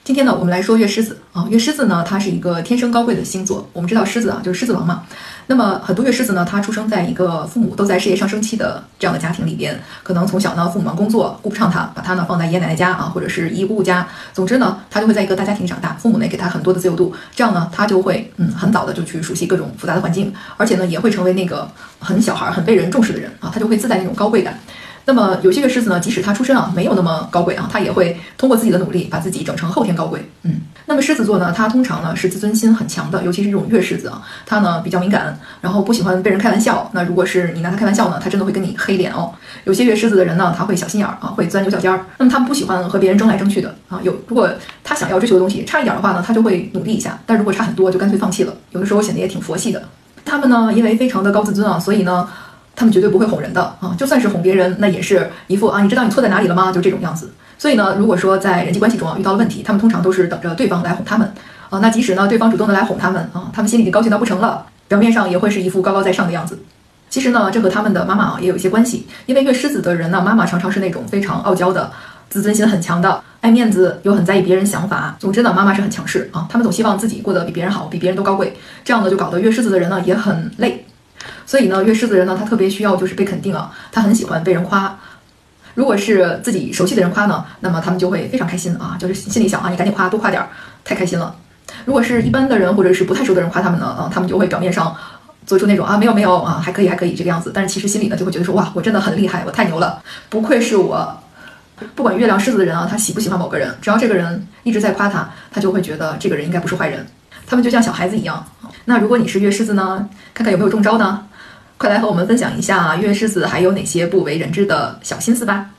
今天呢，我们来说月狮子啊。月狮子呢，它是一个天生高贵的星座。我们知道狮子啊，就是狮子王嘛。那么很多月狮子呢，他出生在一个父母都在事业上升期的这样的家庭里边，可能从小呢，父母忙工作，顾不上他，把他呢放在爷爷奶奶家啊，或者是姨姨姑姑家。总之呢，他就会在一个大家庭长大，父母呢给他很多的自由度，这样呢，他就会很早的就去熟悉各种复杂的环境，而且呢，也会成为那个很小孩、很被人重视的人啊，他就会自带那种高贵感。那么有些月狮子呢，即使他出身啊没有那么高贵啊，他也会通过自己的努力把自己整成后天高贵。那么狮子座呢，他通常呢是自尊心很强的，尤其是这种月狮子啊，他呢比较敏感，然后不喜欢被人开玩笑。那如果是你拿他开玩笑呢，他真的会跟你黑脸哦。有些月狮子的人呢，他会小心眼啊，会钻牛角尖儿。那么他们不喜欢和别人争来争去的啊。如果他想要追求的东西差一点的话呢，他就会努力一下；但如果差很多，就干脆放弃了。有的时候显得也挺佛系的。他们呢，因为非常的高自尊啊，所以呢，他们绝对不会哄人的啊，就算是哄别人，那也是一副啊，你知道你错在哪里了吗？就这种样子。所以呢，如果说在人际关系中啊遇到了问题，他们通常都是等着对方来哄他们啊。那即使呢对方主动的来哄他们啊，他们心里已经高兴到不成了，表面上也会是一副高高在上的样子。其实呢，这和他们的妈妈啊也有一些关系，因为月狮子的人呢，妈妈常常是那种非常傲娇的，自尊心很强的，爱面子又很在意别人想法。总之呢，妈妈是很强势啊，他们总希望自己过得比别人好，比别人都高贵，这样呢就搞得月狮子的人呢也很累。所以呢，月狮子人呢，他特别需要就是被肯定啊，他很喜欢被人夸。如果是自己熟悉的人夸呢，那么他们就会非常开心啊，就是心里想啊，你赶紧夸，多夸点，太开心了。如果是一般的人或者是不太熟的人夸他们呢，他们就会表面上做出那种啊没有啊，还可以这个样子，但是其实心里呢就会觉得说哇，我真的很厉害，我太牛了，不愧是我。不管月亮狮子的人啊，他喜不喜欢某个人，只要这个人一直在夸他，他就会觉得这个人应该不是坏人。他们就像小孩子一样。那如果你是月狮子呢，看看有没有中招呢？快来和我们分享一下月狮子还有哪些不为人知的小心思吧。